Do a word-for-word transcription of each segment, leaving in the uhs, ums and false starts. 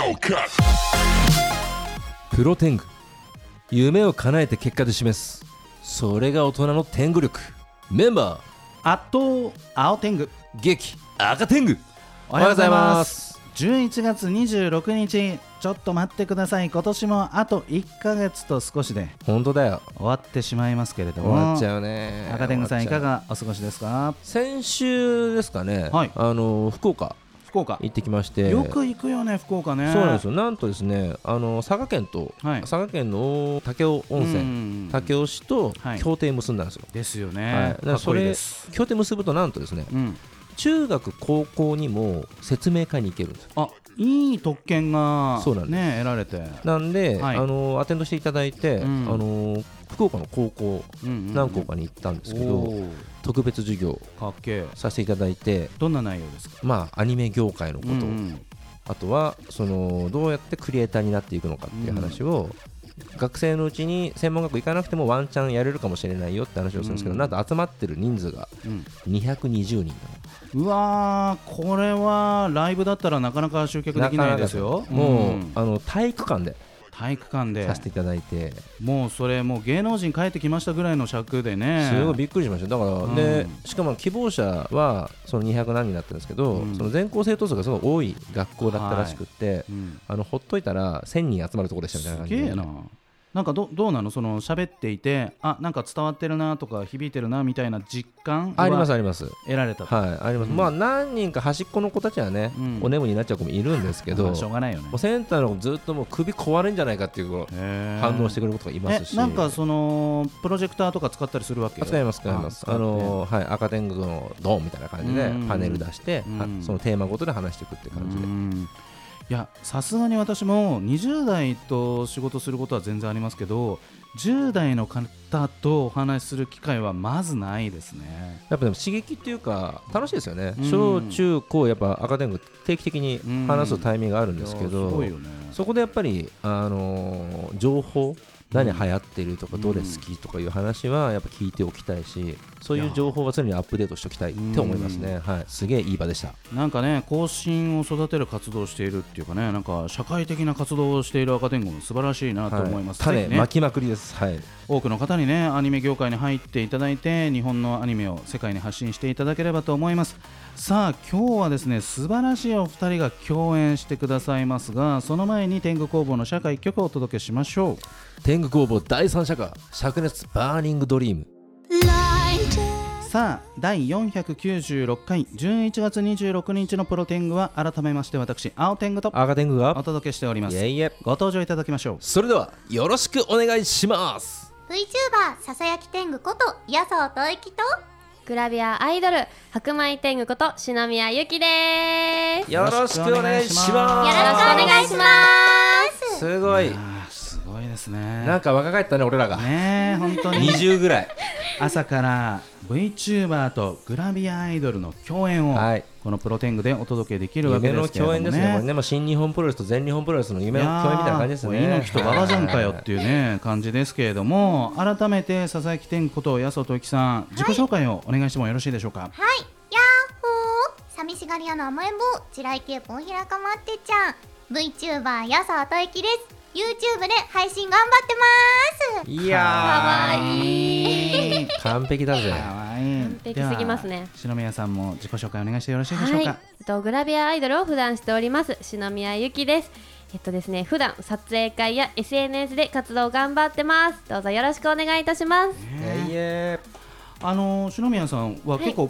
プロテング、夢を叶えて結果で示す、それが大人の天狗力。メンバー圧倒青天狗、 激赤天狗。 おはようございます。じゅういちがつにじゅうろくにち、ちょっと待ってください。今年もあといっかげつと少しで本当だよ、 終わってしまいますけれども、 終わっちゃうね。 赤天狗さんいかがお過ごしですか？ 先週ですかね、 はい、 あの福岡福岡行ってきまして。 よく行くよね、福岡ね。 そうなんですよ。なんとですね、あの佐賀県と、はい、佐賀県の武雄温泉、武雄市と協定結んだんですよ。 ですよね、 はい、それ協定結ぶとなんとですね、うん、中学高校にも説明会に行けるんですよ。 あ、いい特権が、ね、得られて、 なんで、はい、あのアテンドしていただいて、うん、あの福岡の高校、うんうんうん、何校かに行ったんですけど、特別授業かっけさせていただいて。 どんな内容ですか？ まあアニメ業界のこと、うんうん、あとはそのどうやってクリエイターになっていくのかっていう話を、うん、学生のうちに専門学校行かなくてもワンチャンやれるかもしれないよって話をするんですけど、うん、なんと集まってる人数がにひゃくにじゅうにんなの。うわー、これはライブだったらなかなか集客できないですよ。 もう、うん、あの体育館で体育館でさせていただいて、 もうそれもう芸能人帰ってきましたぐらいの尺でね、 すごいびっくりしました。だから、うん、でしかも希望者はそのにひゃくなんにんだったんですけど、うん、その全校生徒数がすごい多い学校だったらしくって、はい、うん、あのほっといたらせんにん集まるところでしたみたいな感じで。 すげえな。なんか ど, どうなの、その喋っていて、あ、なんか伝わってるなとか響いてるなみたいな実感はありますあります得られた。 はい、あります、うん、まあ何人か端っこの子たちはね、うん、お眠になっちゃう子もいるんですけど、 まあ、しょうがないよね。 もうセンターの子ずっともう首壊れんじゃないかっていう反応してくれることがいますし。 え、なんかそのプロジェクターとか使ったりするわけ？ 使います使います。ああの、はい、赤天狗のドンみたいな感じでパネル出して、うん、そのテーマごとで話していくって感じで。うん、 いや、さすがに私もにじゅう代と仕事することは全然ありますけど、じゅう代の方とお話しする機会はまずないですね。 やっぱでも刺激っていうか楽しいですよね。うん、小中高やっぱ赤天狗定期的に話すタイミングがあるんですけど、うん、すごいよね。そこでやっぱり、あのー、情報、何流行ってるとかどれ好きとかいう話はやっぱ聞いておきたいし、そういう情報は常にアップデートしておきたいって思いますね。はい、すげえいい場でした。 なんかね、後進を育てる活動をしているっていうかね、なんか社会的な活動をしている赤天狗も素晴らしいなと思います。 はい、種まきまくりです。はい、 多くの方にね、アニメ業界に入っていただいて、日本のアニメを世界に発信していただければと思います。さあ、今日はですね、素晴らしいお二人が共演してくださいますが、その前に天狗工房の社会曲をお届けしましょう。 天狗工房第三社歌、灼熱バーニングドリーム。 さあ、だいよんひゃくきゅうじゅうろっかいじゅういちがつにじゅうろくにちのプロ天狗は改めまして私青天狗と赤天狗がお届けしております。 いえいえ、 ご登場いただきましょう。 それではよろしくお願いします。 VTuber ささやき天狗こと矢沢といきとグラビアアイドル白米天狗こと篠宮ゆきです。 よろしくお願いします。 よろしくお願いします。 すごい、 すごいですね。 なんか若返ったね、俺らがね、本当ににじゅうぐらい朝から VTuber とグラビアアイドルの共演を、はい、このプロ天狗でお届けできるわけですけれどもね。 夢の共演ですね、これね。まあ、新日本プロレスと全日本プロレスの夢の共演みたいな感じですね。 猪木と馬場じゃんかよっていうね感じですけれども、改めて佐々木天狗こと八曽といきさん、自己紹介をお願いしてもよろしいでしょうか？はい、 ヤッホー、寂しがり屋の甘えん坊、地雷系ポンヒラかまってちゃん、 VTuber 八曽といきです。YouTube で配信頑張ってます。 いやー、 かわいい完璧だぜ。 かわいい。 完璧すぎますね。 篠宮さんも自己紹介お願いしてよろしいでしょうか？ はい、えっと、グラビアアイドルを普段しております篠宮ゆきです。えっとですね、普段撮影会や エスエヌエス で活動頑張ってます。どうぞよろしくお願いいたします。 いえいえ。 あの篠宮さんは結構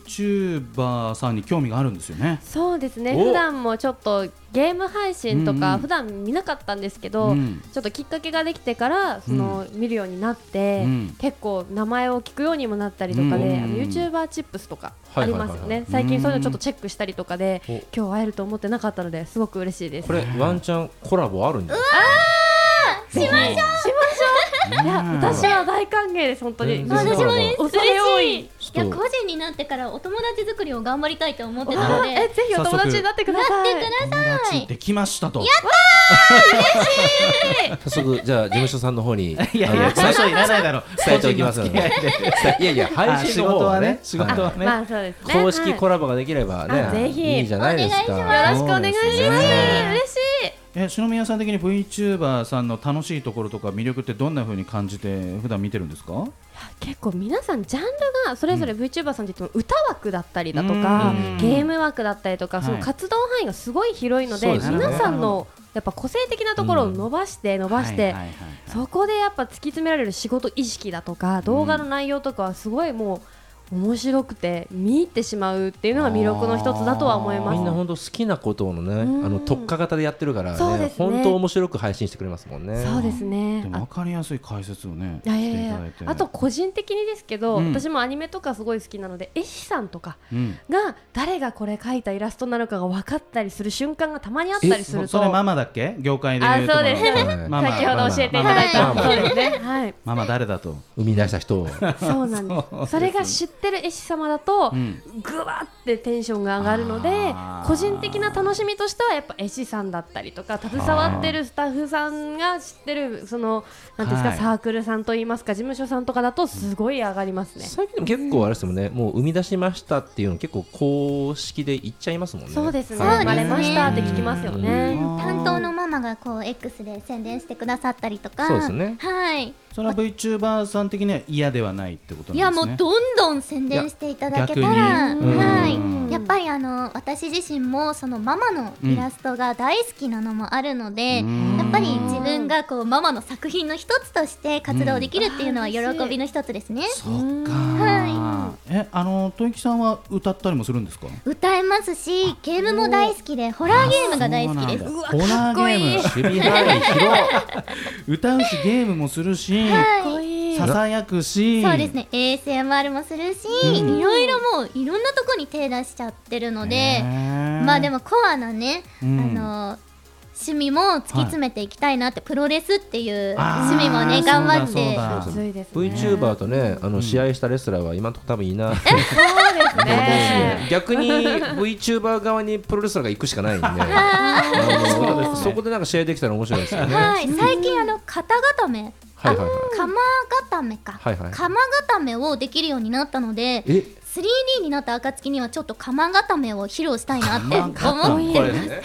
VTuber さんに興味があるんですよね。 そうですね、普段もちょっとゲーム配信とか普段見なかったんですけど、うん、ちょっときっかけができてからその、うん、見るようになって、うん、結構名前を聞くようにもなったりとかで、うん、あの YouTuber チップスとかありますよね。最近そういうのちょっとチェックしたりとかで、今日会えると思ってなかったのですごく嬉しいです。 これワンチャンコラボあるんですか？ しましょうしましょう。いや、私は大歓迎です。本当に私もです。 恐れ多い。 いや、個人になってからお友達作りを頑張りたいと思ってたので、 え、ぜひお友達になってください。 なってください。 友達できましたと。 やったー、嬉しい。 早速じゃあ事務所さんの方に、 いやいや、最初いらないだろう。 伝えておきますので。いやいや、配信の方はね、 仕事はね、 まあそうですね。 公式コラボができればね、 ぜひいいじゃないですか。 よろしくお願いします。嬉しい。 え篠宮さん的に VTuber さんの楽しいところとか魅力ってどんな風に感じて普段見てるんですか？いや結構皆さんジャンルがそれぞれ VTuber さんって言っても歌枠だったりだとか、うん、ゲーム枠だったりとか、その活動範囲がすごい広いので、はい、皆さんのやっぱ個性的なところを伸ばして伸ばして、そこでやっぱ突き詰められる仕事意識だとか動画の内容とかはすごいもう面白くて見入ってしまうっていうのが魅力の一つだとは思います。 みんな本当好きなことのね、あの特化型でやってるからね、ね本当面白く配信してくれますもんね。 そうですね。 でも分かりやすい解説をねしていただいて、 あと個人的にですけど、うん、私もアニメとかすごい好きなので絵師さんとかが誰がこれ描いたイラストなのかが分かったりする瞬間がたまにあったりすると、 それママだっけ業界で言うところ。 あ、そうです、ママ先ほど教えていただいた、 ママそうですね、はい、 ママ誰だと生み出した人をそうなんです。それが知ってる絵師様だとぐわってテンションが上がるので、個人的な楽しみとしてはやっぱ絵師さんだったりとか携わってるスタッフさんが知ってるそのなんですか、はい、サークルさんといいますか事務所さんとかだとすごい上がりますね。 最近結構あれですもんね、もう生み出しましたっていうの結構公式で言っちゃいますもんね。 そうですね、生まれましたって聞きますよね。 担当のママがこう X で宣伝してくださったりとか。 そうですね、 はい、 それは VTuber さん的には嫌ではないってことなんですね。 いやもうどんどん宣伝していただけたら、はい、やっぱりあの私自身もそのママのイラストが大好きなのもあるので、うん、やっぱり自分がこうママの作品の一つとして活動できるっていうのは喜びの一つですね。 そっか、 はい、 えあのといきさんは歌ったりもするんですか？ 歌えますしゲームも大好きでホラーゲームが大好きです。 ホラーゲーム守備範囲広歌うしゲームもするし、はい、ささやくし、 そうですね、 エーエスエムアール もするし、うん、いろいろもういろんなとこに手出しちゃってるので、まあでもコアなね、うん、あの趣味も突き詰めていきたいなって、はい、プロレスっていう趣味もね頑張って。 VTuber とねあの試合したレスラーは今のところ多分いない、うん、 そうですね逆に VTuber 側にプロレスラーが行くしかないんであの そ, そこでなんか試合できたら面白いですよね。 はい、最近あの肩固め、はいはいはい、鎌固めか、はいはい、鎌固めをできるようになったので、えスリーディー になった暁にはちょっと鎌固めを披露したいなって思ってます。あ、そうですそうです。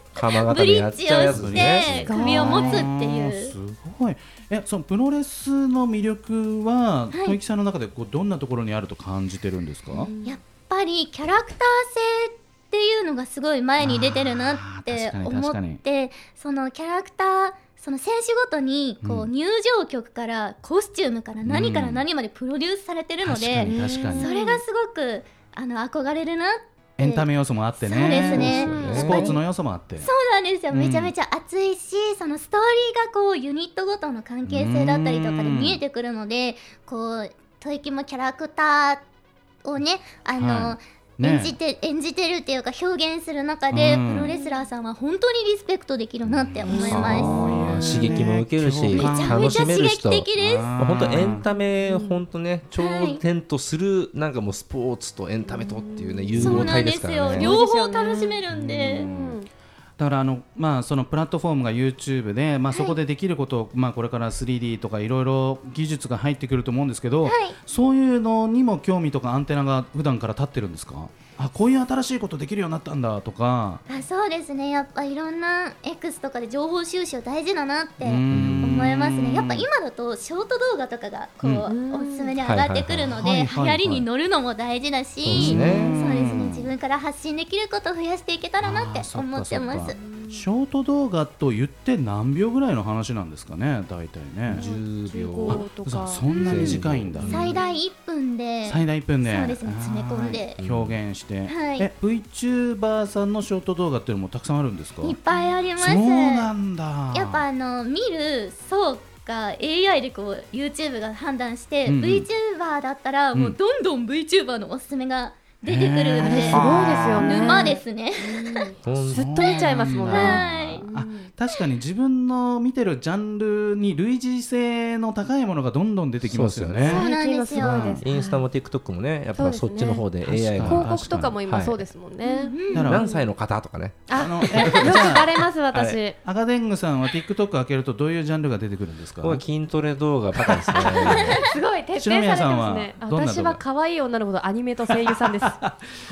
鎌固めやっちゃうやつブリッジをして首を持つっていう。 すごい。え、そのプロレスの魅力はといきさんの中でこうどんなところにあると感じてるんですか？ やっぱりキャラクター性っていうのがすごい前に出てるなって思って、そのキャラクターその選手ごとにこう入場曲からコスチュームから何から何までプロデュースされてるので、うん、それがすごくあの憧れるなって。 エンタメ要素もあってね。 そうですね、 スポーツの要素もあって。 そうなんですよ、めちゃめちゃ熱いし、そのストーリーがこうユニットごとの関係性だったりとかで見えてくるので、こう吐息もキャラクターをねあの、はいね、演じて演じてるっていうか表現する中で、うん、プロレスラーさんは本当にリスペクトできるなって思います。 刺激も受けるしめちゃめちゃ刺激的です。 本当エンタメ本当ね頂点とするなんかもうスポーツとエンタメとっていうね融合体ですからね。 そうなんですよ、両方楽しめるんで。 だからあの、まあ、そのプラットフォームが YouTube で、まあ、そこでできることを、はいまあ、これから スリーディー とかいろいろ技術が入ってくると思うんですけど、はい、そういうのにも興味とかアンテナが普段から立ってるんですか？あ、こういう新しいことできるようになったんだとか。 あ、そうですね、やっぱいろんな X とかで情報収集大事だなって思いますね。やっぱ今だとショート動画とかがこう、うん、おすすめに上がってくるので流行りに乗るのも大事だし、そうですね、自分から発信できることを増やしていけたらなって思ってます。 ショート動画と言って何秒ぐらいの話なんですかね、大体ね。 じゅうびょうとか。そんな短いんだ。 最大いっぷんで。 最大いっぷんで。 そうですね、詰め込んで表現して。 はい、 え VTuber さんのショート動画っていうのもたくさんあるんですか？ いっぱいあります。 そうなんだ。 やっぱあの見る層が エーアイ でこう YouTube が判断して、うんうん、VTuber だったらもうどんどん VTuber のおすすめが出てくるんで、 すごいですよね。 沼ですね。 ずっと見ちゃいますもんね。 はい、 あ、確かに自分の見てるジャンルに類似性の高いものがどんどん出てきますよね。 そうなんですよ。 インスタも TikTok もね、やっぱそっちの方で エーアイ が広告とかも今そうですもんね。 何歳の方とかね。 あのよくバレます私。 赤デングさんは TikTok 開けるとどういうジャンルが出てくるんですか？ これ筋トレ動画ばかりですね。 すごい徹底されてますね。私は可愛い女の子とアニメと声優さんです。はい。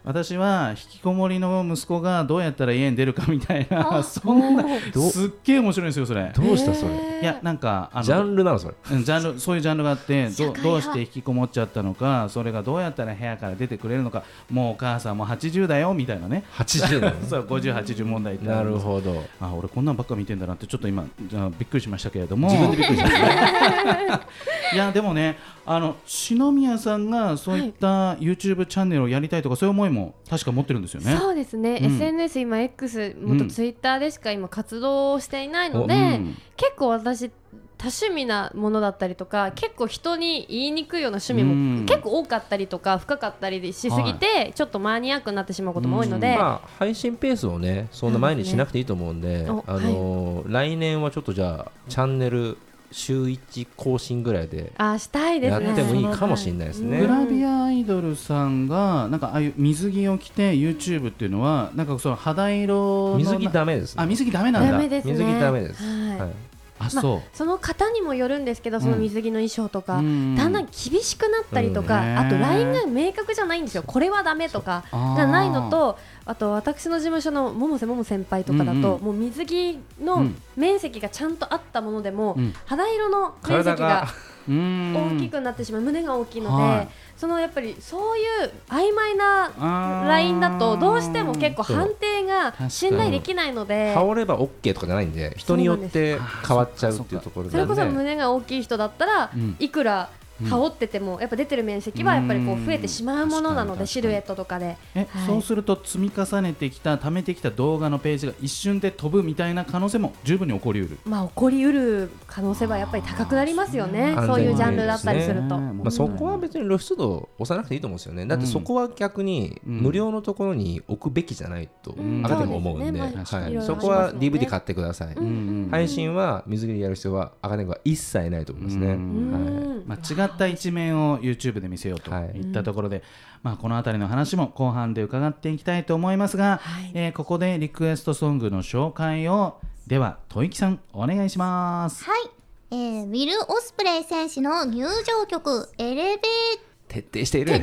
私は引きこもりの息子がどうやったら家に出るかみたいなそんなすっげえ面白いんですよそれ。 どうしたそれ。 いやなんかあのジャンルなのそれ。 うんジャンルそういうジャンルがあってどどうして引きこもっちゃったのかそれがどうやったら部屋から出てくれるのかもうお母さんもはちじゅうだよみたいなねはちじゅうだねそうごじゅう、はちじゅう問題ってあなるんです。 るほど。 あ俺こんなんばっか見てんだなってちょっと今じゃあびっくりしましたけれども自分でびっくりしたねいやでもねあの篠宮さんがそういった YouTube チャンネルをやりたいとかそういう思いも確か持ってるんですよね。 そうですね、 うん、 エスエヌエス 今 X もっと Twitter でしか今活動をしていないので、 うん、 結構私多趣味なものだったりとか結構人に言いにくいような趣味も結構多かったりとか深かったりしすぎて、はい、ちょっとマニアックになってしまうことも多いので、 まあ、配信ペースをねそんな前にしなくていいと思うんで、あのーはい、来年はちょっとじゃあチャンネル週いち更新ぐらいであしたいですね。 やってもいいかもしれないですね。 グラビアアイドルさんがなんかああいう水着を着て YouTube っていうのはなんかその肌色の水着ダメです、ね、 あ水着ダメなんだ。 ダメですね、 水着ダメです、 はいはいあそう、 まあ、その方にもよるんですけどその水着の衣装とか、うん、だんだん厳しくなったりとか、うん、あとラインが明確じゃないんですよ。これはダメとかがないのとあと私の事務所の百瀬桃先輩とかだと、うんうん、もう水着の面積がちゃんとあったものでも、うん、肌色の面積が大きくなってしまう胸が大きいので、はい、そのやっぱりそういう曖昧なラインだとどうしても結構判定が信頼できないので羽織れば OK とかじゃないんで人によって変わっちゃうっていうところで、ね、 それこそ胸が大きい人だったら、うん、いくら羽織っててもやっぱ出てる面積はやっぱりこう増えてしまうものなのでシルエットとかでえ、はい、そうすると積み重ねてきた貯めてきた動画のページが一瞬で飛ぶみたいな可能性も十分に起こりうる。 まあ起こりうる可能性はやっぱり高くなりますよね。そういうジャンルだったりすると、 まあ、そこは別に露出度を押さなくていいと思うんですよね。だってそこは逆に無料のところに置くべきじゃないとあなたも思うんで、うん、そ, ねはい、そこは ディーブイディー 買ってください、うんうん、配信は水着でやる必要はあかねは一切ないと思いますね、うんはい、まあ、違った一面をYouTube で見せようといったところで、はい、まあ、このあたりの話も後半で伺っていきたいと思いますが、はい、えー、ここでリクエストソングの紹介をでは戸池さんお願いします。 はい、えー、ウィル・オスプレイ選手の入場曲エレベー徹底している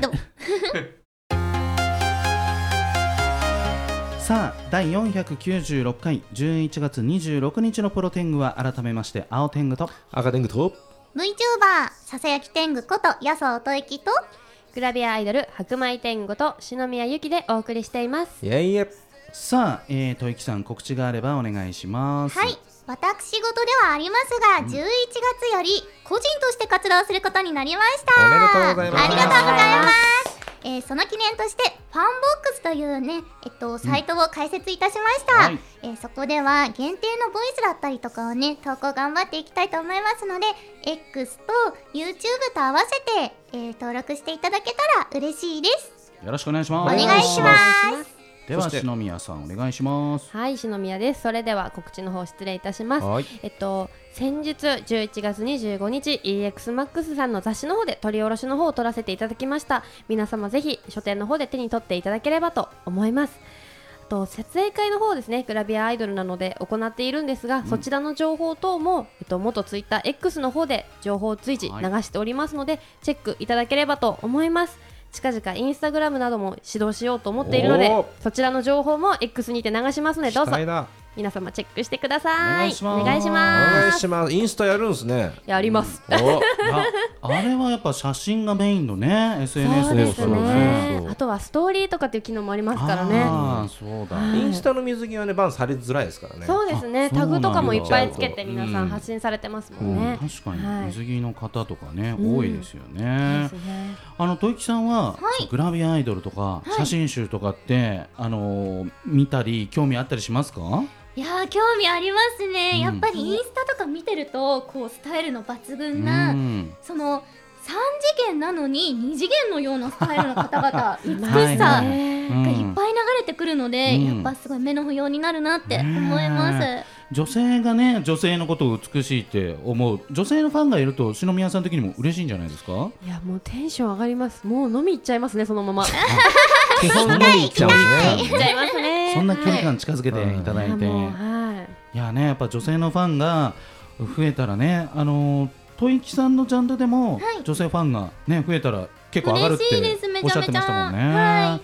さあだいよんひゃくきゅうじゅうろっかいじゅういちがつにじゅうろくにちのプロ天狗は改めまして青天狗と赤天狗と VTuber ささやき天狗こと八十戸池とグラビアアイドル白米天狗と篠宮ゆきでお送りしています。 いえいえ。 さあ、えー、戸池さん告知があればお願いします。 はい、私事ではありますが、うん、じゅういちがつより個人として活動することになりました。 おめでとうございます。 ありがとうございます。えー、その記念としてファンボックスというね、えっと、サイトを開設いたしました、うん、はい、えー、そこでは限定のボイスだったりとかをね投稿頑張っていきたいと思いますので X と YouTube と合わせて、えー、登録していただけたら嬉しいです。 よろしくお願いします。 お願いします。 では篠宮さんお願いします。 はい、篠宮です。それでは告知の方失礼いたします。はい、えっと先日じゅういちがつにじゅうごにち イーエックスマックス さんの雑誌の方で取り下ろしの方を取らせていただきました。皆様ぜひ書店の方で手に取っていただければと思います。あと撮影会の方ですね、グラビアアイドルなので行っているんですが、うん、そちらの情報等も、えっと、元ツイッター X の方で情報を随時流しておりますので、はい、チェックいただければと思います。近々インスタグラムなども指導しようと思っているので、そちらの情報も X にて流しますので、どうぞ皆様チェックしてください。お願いします。 お願いします。インスタやるんですね。 やります、 うん、あ, あれはやっぱ写真がメインのね エスエヌエスですからね。あとはストーリーとかっていう機能もありますからね。 あ、そうだ。 インスタの水着はねバンされづらいですからね。 そうですね。タグとかもいっぱいつけて皆さん発信されてますもんね、 うん、確かに、はい、水着の方とかね、多いですよね。うん、ね、あの戸池さんは、はい、グラビアアイドルとか写真集とかって、はい、あのー、見たり興味あったりしますか？ いやー興味ありますね、うん、やっぱりインスタとか見てるとこうスタイルの抜群な、うん、そのさんじげんなのににじげんのようなスタイルの方々美しさがいっぱい流れてくるので、うん、やっぱすごい目の不要になるなって思います。 女性がね女性のことを美しいって思う女性のファンがいると篠宮さん的にも嬉しいんじゃないですか？ いやもうテンション上がります。もう飲み行っちゃいますねそのまま基本飲み行っちゃいますね。 行っちゃいますね。 そんな距離感近づけていただいて、はい、いやねやっぱ女性のファンが増えたらね、あの戸池さんのジャンルでも女性ファンがね増えたら結構上がるっておっしゃってましたもんね。はい、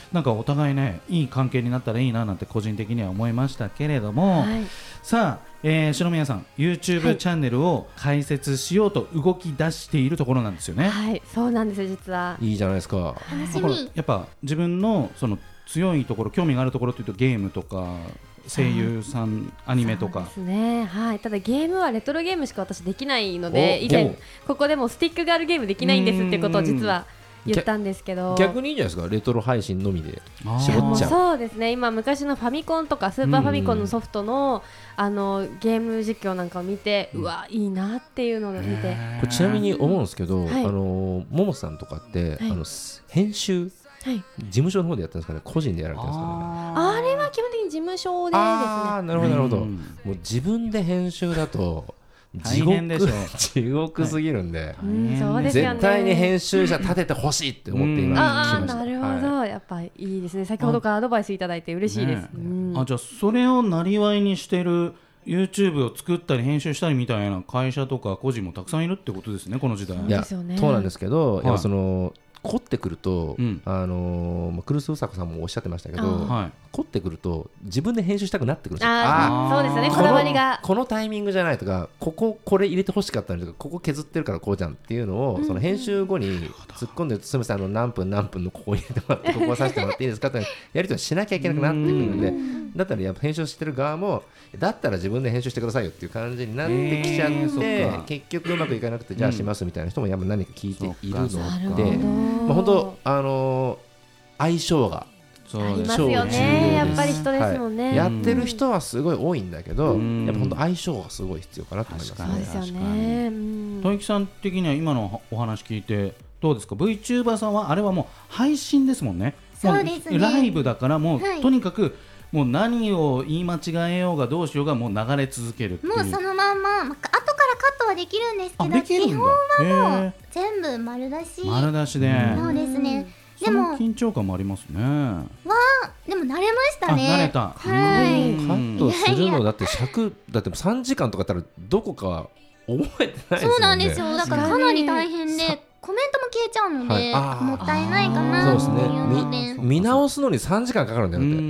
なんかお互いねいい関係になったらいいななんて個人的には思いましたけれども、はい、さあ、えー、篠宮さん YouTube、はい、チャンネルを開設しようと動き出しているところなんですよね。 はい、そうなんですよ。実はいいじゃないですか。 楽しみ。 やっぱ自分のその強いところ興味があるところというとゲームとか声優さん、アニメとか。 そうですね、はい、ただゲームはレトロゲームしか私できないので、以前ここでもスティックがあるゲームできないんですっていうことを実は言ったんですけど、 逆にいいじゃないですか、レトロ配信のみで絞っちゃう。 そうですね、今昔のファミコンとかスーパーファミコンのソフトの、あのゲーム実況なんかを見て、うわいいなっていうのを見て、 これちなみに思うんですけど、 はい、 あのももさんとかって、はい、あの編集はい、事務所の方でやってるんですかね、個人でやられてるんですかね。 あ, あれは基本的に事務所でですね。 あなるほどなるほど、うん、もう自分で編集だと地獄地獄すぎるんで、はいうんでね、絶対に編集者立ててほしいって思って今聞きました。 あなるほど、はい、やっぱいいですね。先ほどからアドバイスいただいて嬉しいです、ねうん、 あじゃあそれをなりわいにしてる YouTube を作ったり編集したりみたいな会社とか個人もたくさんいるってことですね、この時代。 いやそうなんですけど、はい、やっぱその凝ってくると、うん、あのー、来栖房子さんもおっしゃってましたけど、はい、凝ってくると自分で編集したくなってくるんですよ。 ああそうですよね、こだわりがこのタイミングじゃないとか、こここれ入れてほしかったんだとか、ここ削ってるからこうじゃんっていうのを、うん、その編集後に突っ込んで、すみませんあの何分何分のここ入れてもらってここをさせてもらっていいですかってやり取りしなきゃいけなくなってくるんで、だったらやっぱ編集してる側もだったら自分で編集してくださいよっていう感じになってきちゃって、えー、結局うまくいかなくて、じゃあしますみたいな人もやっぱ何か聞いているので、まあ、本当あのー、相性がそうありますよね、やっぱり人ですもんね、 はい、やってる人はすごい多いんだけど、やっぱ本当相性がすごい必要かなと思いますね。 そうですよね。 豊木さん的には今のお話聞いてどうですか。 VTuber さんはあれはもう配信ですもんね。 そうですね、 ライブだからもう、はい、とにかくもう何を言い間違えようがどうしようがもう流れ続けるっていう。 もうそのまんま、まあ、後からカットはできるんですけど、基本はもう全部丸出し丸出しで、 そうですね。 でも緊張感もありますね。わでも慣れましたね。 慣れた、 はい、 カットするのだって尺だってさんじかんとかだったらどこか覚えてないですもんね。 そうなんですよ。だからかなり大変でコメントも消えちゃうので、はい、もったいないかなっていうので、 見直すのにさんじかんかかるんだよって。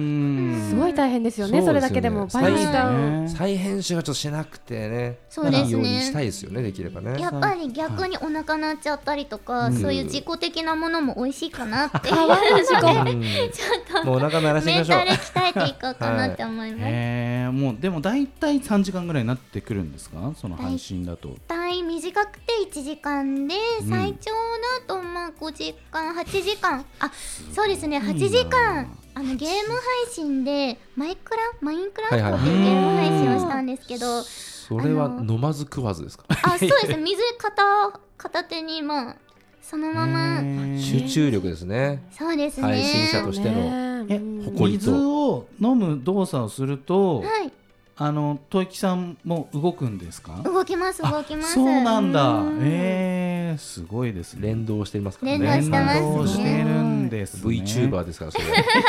すごい大変ですよね。それだけでも倍時間再編集はちょっとしなくてね、 そうですね、 いいようにしたいですよね、できればね。 やっぱり逆にお腹鳴っちゃったりとか、はい、そういう自己的なものも美味しいかなっていうちょっともうお腹鳴らしていきましょう。 メンタル鍛えていこうかなって思います、はい。 えー、もうでも大体さんじかんぐらいになってくるんですか、その配信だと。 大体短くていちじかんで、最長だとまあごじかんはちじかん、あそうですねはちじかん、あのゲーム配信でマイクラマインクラフトっていうゲーム配信をしたんですけど、 それは飲まず食わずですか。 あそうですね、水片片手にまあそのまま集中力ですね。 そうですね、 配信者としての誇りと。水を飲む動作をすると、はい、あの豊木さんも動くんですか。 動きます動きます。 そうなんだ。えー、すごいですね。 連動していますからね。 連動してますね。 連動してるんですね。 VTuber ですからそれ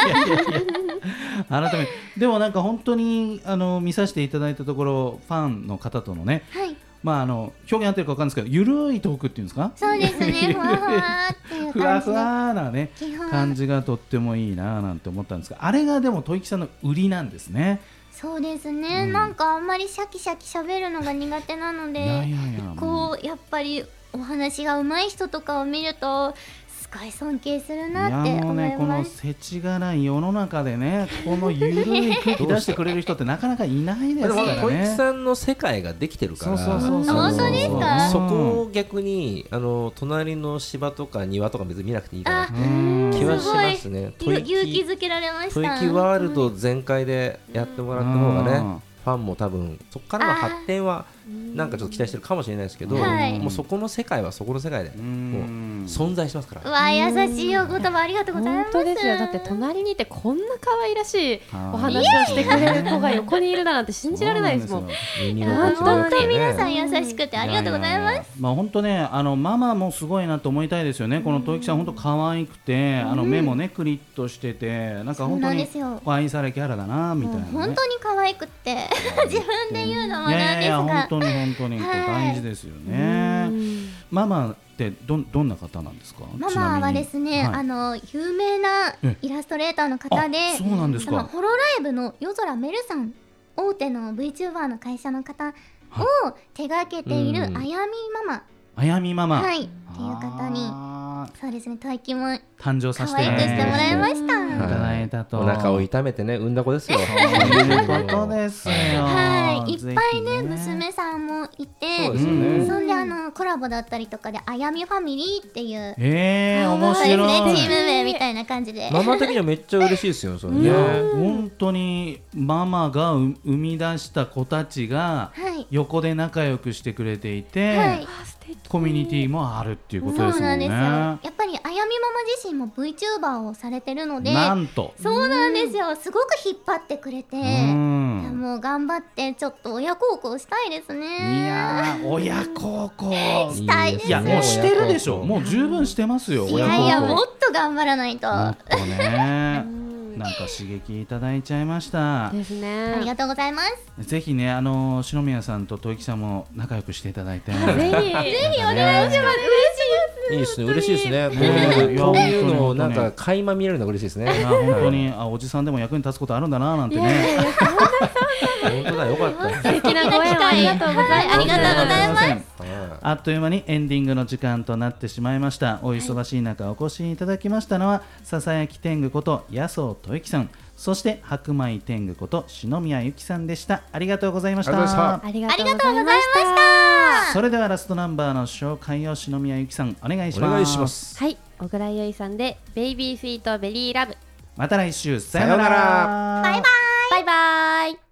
改めでもなんか本当にあの見させていただいたところ、ファンの方とのね、はい、まああの表現合ってるか分かんないですけど、ゆるいトークっていうんですか。 そうですね、ふわふわっていう感じでふわふわなね感じがとってもいいななんて思ったんですが、あれがでも豊木さんの売りなんですね。 そうですね、うん、なんかあんまりシャキシャキ喋るのが苦手なので、いやいやいや、こうやっぱりお話が上手い人とかを見るとすごい尊敬するなって思います。いやもうね、 この世知辛い世の中でね、このゆるい空気出してくれる人ってなかなかいないですからね。 小池さんの世界ができてるから、 そうそうそうそう、本当ですか。 そこを逆にあの隣の芝とか庭とか別に見なくていいかなって気はしますね。 勇気づけられました。 豊木ワールド全開でやってもらった方がね、ファンも多分そこからの発展はなんかちょっと期待してるかもしれないですけど、もうそこの世界はそこの世界でもう存在しますから。 うわ、優しいお言葉ありがとうございます。 本当ですよ。だって隣にいてこんな可愛らしいお話をしてくれる子が横にいるだなんて信じられないですもん。 本当に皆さん優しくてありがとうございます。 まあ本当ね、あのママもすごいなと思いたいですよね。この豊木さん本当可愛くて、あの目もねクリッとしてて、なんか本当に愛されキャラだなみたいなね。 本当に可愛くって自分で言うのもなんですが、 いやいや本当に本当に大事ですよね。 ママってどどんな方なんですか？ ママはですね、はい、あの有名なイラストレーターの方で、 そうなんですか。 ホロライブの夜空メルさん、大手の VTuber の会社の方を手掛けているあやみママ、 あやみママ、 はい、っていう方に、そうですね、トイキも誕生させて可愛くしてもらいました。 いただいたと。 お腹を痛めてね産んだ子ですよ。 そういうことですよ。 はい、いっぱいね娘さんもいて、 そうですよね。 そんであのコラボだったりとかであやみファミリーっていう、 えー、面白い。 ね、チーム名みたいな感じで。 ママ的にはめっちゃ嬉しいですよ。それね。 いや本当にママが生み出した子たちが横で仲良くしてくれていて、はい、コミュニティもあるっていうことですもんね。 そうなんですよ。やっぱりあやみママ自身も VTuber をされてるので、 なんとそうなんですよ。すごく引っ張ってくれて、もう頑張ってちょっと親孝行したいですね。 いやー親孝行したいです。 いやもうしてるでしょ。もう十分してますよ。 いやいやもっと頑張らないと。 もっとね。なんか刺激いただいちゃいましたですね。 ありがとうございます。 ぜひね、あの篠宮さんと戸木さんも仲良くしていただいて、ぜひぜひお願いします。 いいですね、嬉しいですね。こういうのをなんか垣間見れるのが嬉しいですね。 本当にあおじさんでも役に立つことあるんだななんてね。 本当だ、よかった。 素敵なご縁をありがとうございます。 ありがとうございます。 あっという間にエンディングの時間となってしまいました。お忙しい中お越しいただきましたのはささやき天狗こと八十戸由紀さん、そして白米天狗こと篠宮由紀さんでした。ありがとうございました。 ありがとうございました。 それではラストナンバーの紹介を篠宮由紀さんお願いします。 お願いします。 はい、小倉優衣さんでベイビースイートベリーラブ。 また来週さよなら。 バイバイ。 バイバイ。